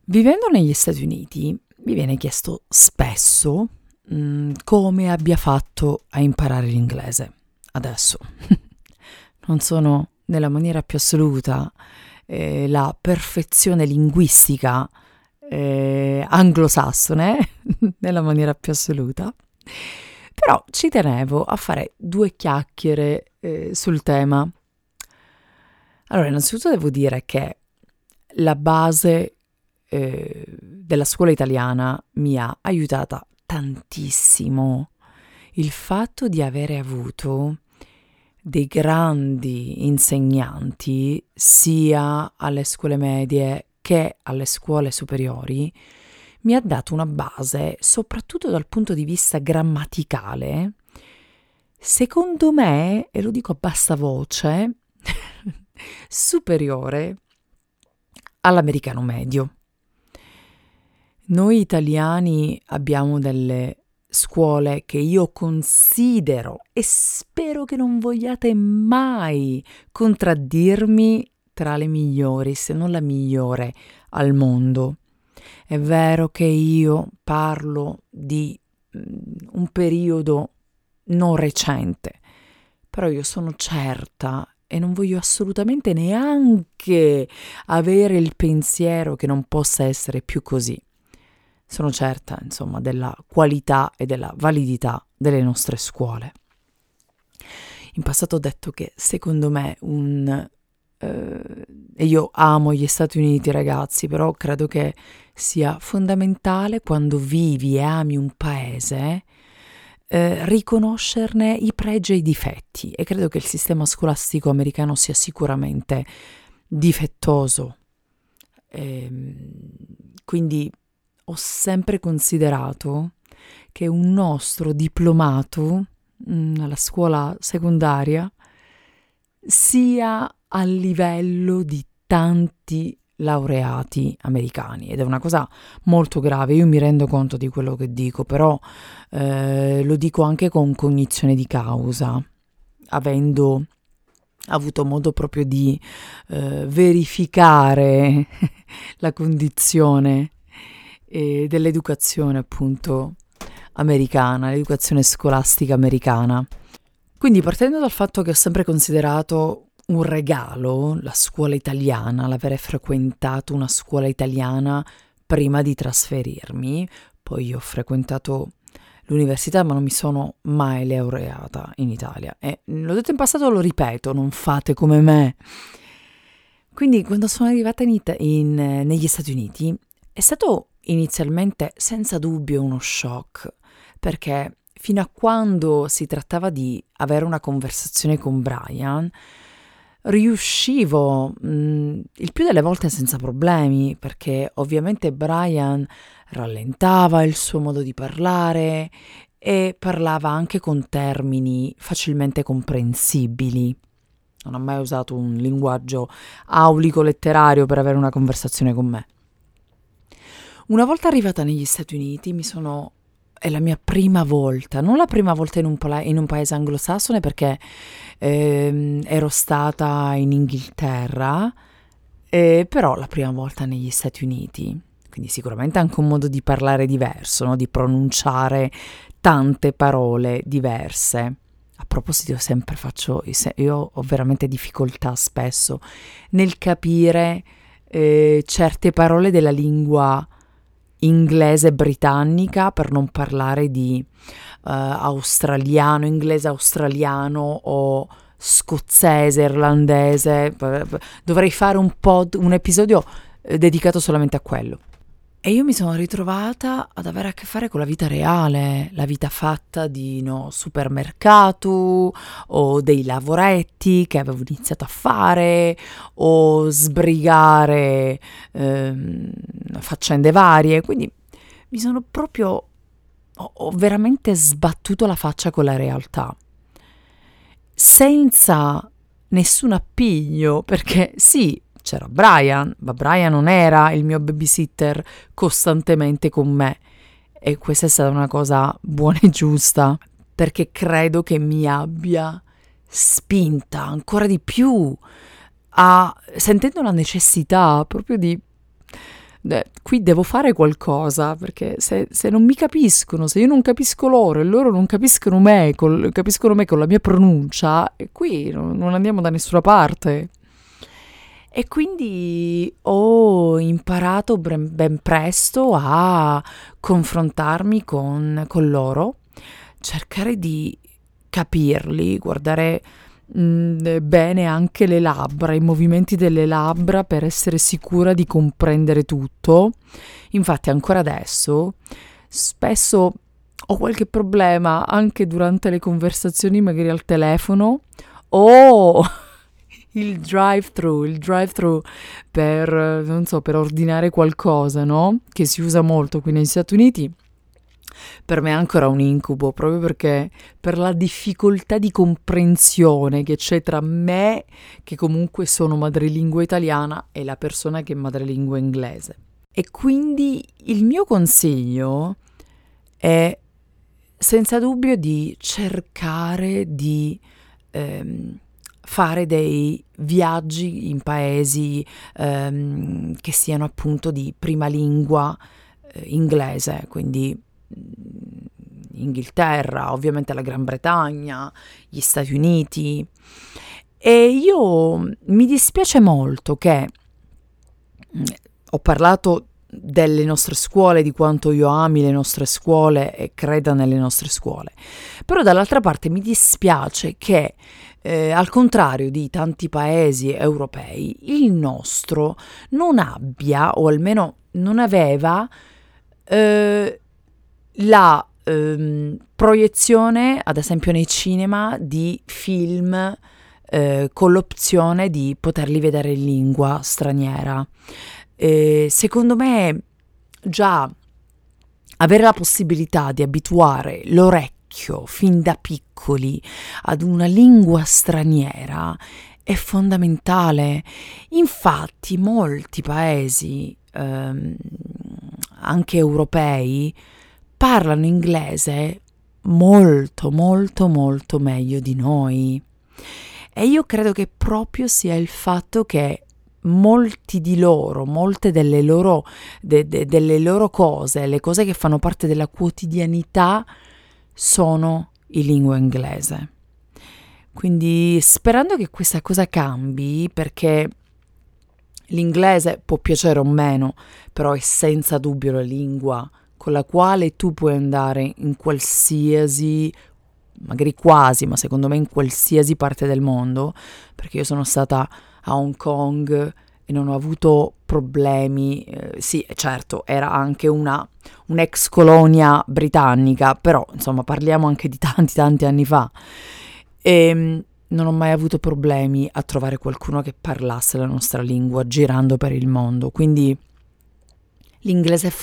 Vivendo negli Stati Uniti mi viene chiesto spesso come abbia fatto a imparare l'inglese. Adesso non sono nella maniera più assoluta la perfezione linguistica anglosassone, nella maniera più assoluta, però ci tenevo a fare due chiacchiere sul tema. Allora, innanzitutto devo dire che la base della scuola italiana mi ha aiutata tantissimo. Il fatto di avere avuto dei grandi insegnanti sia alle scuole medie che alle scuole superiori mi ha dato una base, soprattutto dal punto di vista grammaticale, secondo me, e lo dico a bassa voce, superiore all'americano medio. Noi italiani abbiamo delle scuole che io considero, e spero che non vogliate mai contraddirmi, tra le migliori, se non la migliore al mondo. È vero che io parlo di un periodo non recente, però io sono certa e non voglio assolutamente neanche avere il pensiero che non possa essere più così. Sono certa, insomma, della qualità e della validità delle nostre scuole. In passato ho detto che secondo me e io amo gli Stati Uniti, ragazzi, però credo che sia fondamentale quando vivi e ami un paese riconoscerne i pregi e i difetti, e credo che il sistema scolastico americano sia sicuramente difettoso. Quindi ho sempre considerato che un nostro diplomato alla scuola secondaria sia a livello di tanti laureati americani, ed è una cosa molto grave. Io mi rendo conto di quello che dico, però lo dico anche con cognizione di causa, avendo avuto modo proprio di verificare la condizione dell'educazione appunto americana, l'educazione scolastica americana. Quindi, partendo dal fatto che ho sempre considerato un regalo la scuola italiana, l'avere frequentato una scuola italiana prima di trasferirmi, poi ho frequentato l'università ma non mi sono mai laureata in Italia, e l'ho detto in passato, lo ripeto, non fate come me. Quindi quando sono arrivata negli Stati Uniti è stato inizialmente senza dubbio uno shock, perché fino a quando si trattava di avere una conversazione con Brian, riuscivo il più delle volte senza problemi, perché ovviamente Brian rallentava il suo modo di parlare e parlava anche con termini facilmente comprensibili. Non ha mai usato un linguaggio aulico letterario per avere una conversazione con me. Una volta arrivata negli Stati Uniti è la mia prima volta, non la prima volta in un paese anglosassone, perché ero stata in Inghilterra, però la prima volta negli Stati Uniti, quindi sicuramente anche un modo di parlare diverso, no? Di pronunciare tante parole diverse. A proposito, io ho veramente difficoltà spesso nel capire certe parole della lingua inglese britannica, per non parlare di australiano, inglese australiano o scozzese, irlandese. Dovrei fare un episodio dedicato solamente a quello. E io mi sono ritrovata ad avere a che fare con la vita reale, la vita fatta di supermercato o dei lavoretti che avevo iniziato a fare, o sbrigare faccende varie. Quindi mi sono proprio, ho veramente sbattuto la faccia con la realtà, senza nessun appiglio, perché sì, c'era Brian, ma Brian non era il mio babysitter costantemente con me, e questa è stata una cosa buona e giusta, perché credo che mi abbia spinta ancora di più sentendo la necessità proprio di qui devo fare qualcosa, perché se non mi capiscono, se io non capisco loro e loro non capiscono me, capiscono me con la mia pronuncia, e qui non andiamo da nessuna parte. E quindi ho imparato ben presto a confrontarmi con loro, cercare di capirli, guardare bene anche le labbra, i movimenti delle labbra per essere sicura di comprendere tutto. Infatti ancora adesso spesso ho qualche problema anche durante le conversazioni, magari al telefono o il drive-thru per, non so, per ordinare qualcosa, no? Che si usa molto qui negli Stati Uniti. Per me è ancora un incubo, proprio perché per la difficoltà di comprensione che c'è tra me, che comunque sono madrelingua italiana, e la persona che è madrelingua inglese. E quindi il mio consiglio è senza dubbio di cercare di fare dei viaggi in paesi che siano appunto di prima lingua inglese, quindi Inghilterra, ovviamente la Gran Bretagna, gli Stati Uniti. E io mi dispiace molto che ho parlato delle nostre scuole, di quanto io ami le nostre scuole e creda nelle nostre scuole, però dall'altra parte mi dispiace che al contrario di tanti paesi europei, il nostro non abbia, o almeno non aveva, la proiezione, ad esempio nei cinema, di film con l'opzione di poterli vedere in lingua straniera. Secondo me già avere la possibilità di abituare l'orecchio fin da piccoli ad una lingua straniera è fondamentale. Infatti molti paesi, anche europei, parlano inglese molto molto molto meglio di noi, e io credo che proprio sia il fatto che molti di loro, molte delle loro, delle loro cose, le cose che fanno parte della quotidianità, sono in lingua inglese. Quindi sperando che questa cosa cambi, perché l'inglese può piacere o meno, però è senza dubbio la lingua con la quale tu puoi andare in qualsiasi, magari quasi, ma secondo me in qualsiasi parte del mondo, perché io sono stata a Hong Kong e non ho avuto problemi. Sì, certo, era anche un'ex colonia britannica, però insomma parliamo anche di tanti anni fa, e non ho mai avuto problemi a trovare qualcuno che parlasse la nostra lingua girando per il mondo, quindi l'inglese è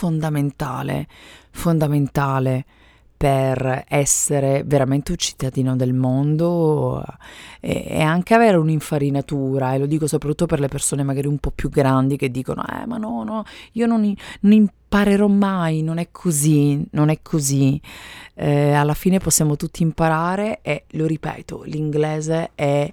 fondamentale per essere veramente un cittadino del mondo, e anche avere un'infarinatura, e lo dico soprattutto per le persone magari un po' più grandi che dicono ma no, io non imparerò mai, non è così, non è così. Alla fine possiamo tutti imparare, e lo ripeto, l'inglese è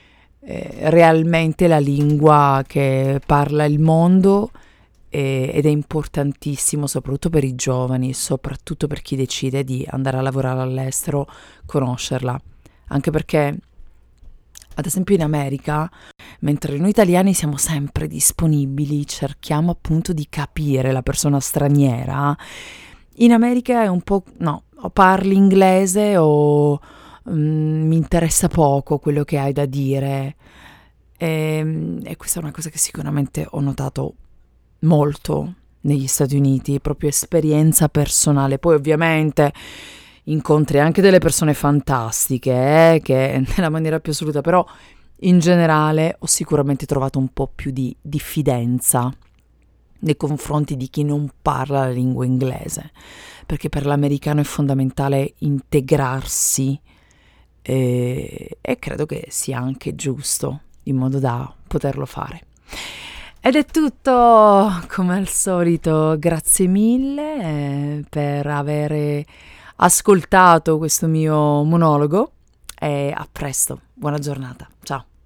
realmente la lingua che parla il mondo, ed è importantissimo soprattutto per i giovani, soprattutto per chi decide di andare a lavorare all'estero, conoscerla. Anche perché, ad esempio in America, mentre noi italiani siamo sempre disponibili, cerchiamo appunto di capire la persona straniera, in America è un po' no, o parli inglese o mi interessa poco quello che hai da dire. E questa è una cosa che sicuramente ho notato molto negli Stati Uniti, proprio esperienza personale. Poi ovviamente incontri anche delle persone fantastiche, che nella maniera più assoluta, però in generale ho sicuramente trovato un po' più di diffidenza nei confronti di chi non parla la lingua inglese, perché per l'americano è fondamentale integrarsi, e credo che sia anche giusto, in modo da poterlo fare. Ed è tutto come al solito, grazie mille per aver ascoltato questo mio monologo, e a presto, buona giornata, ciao.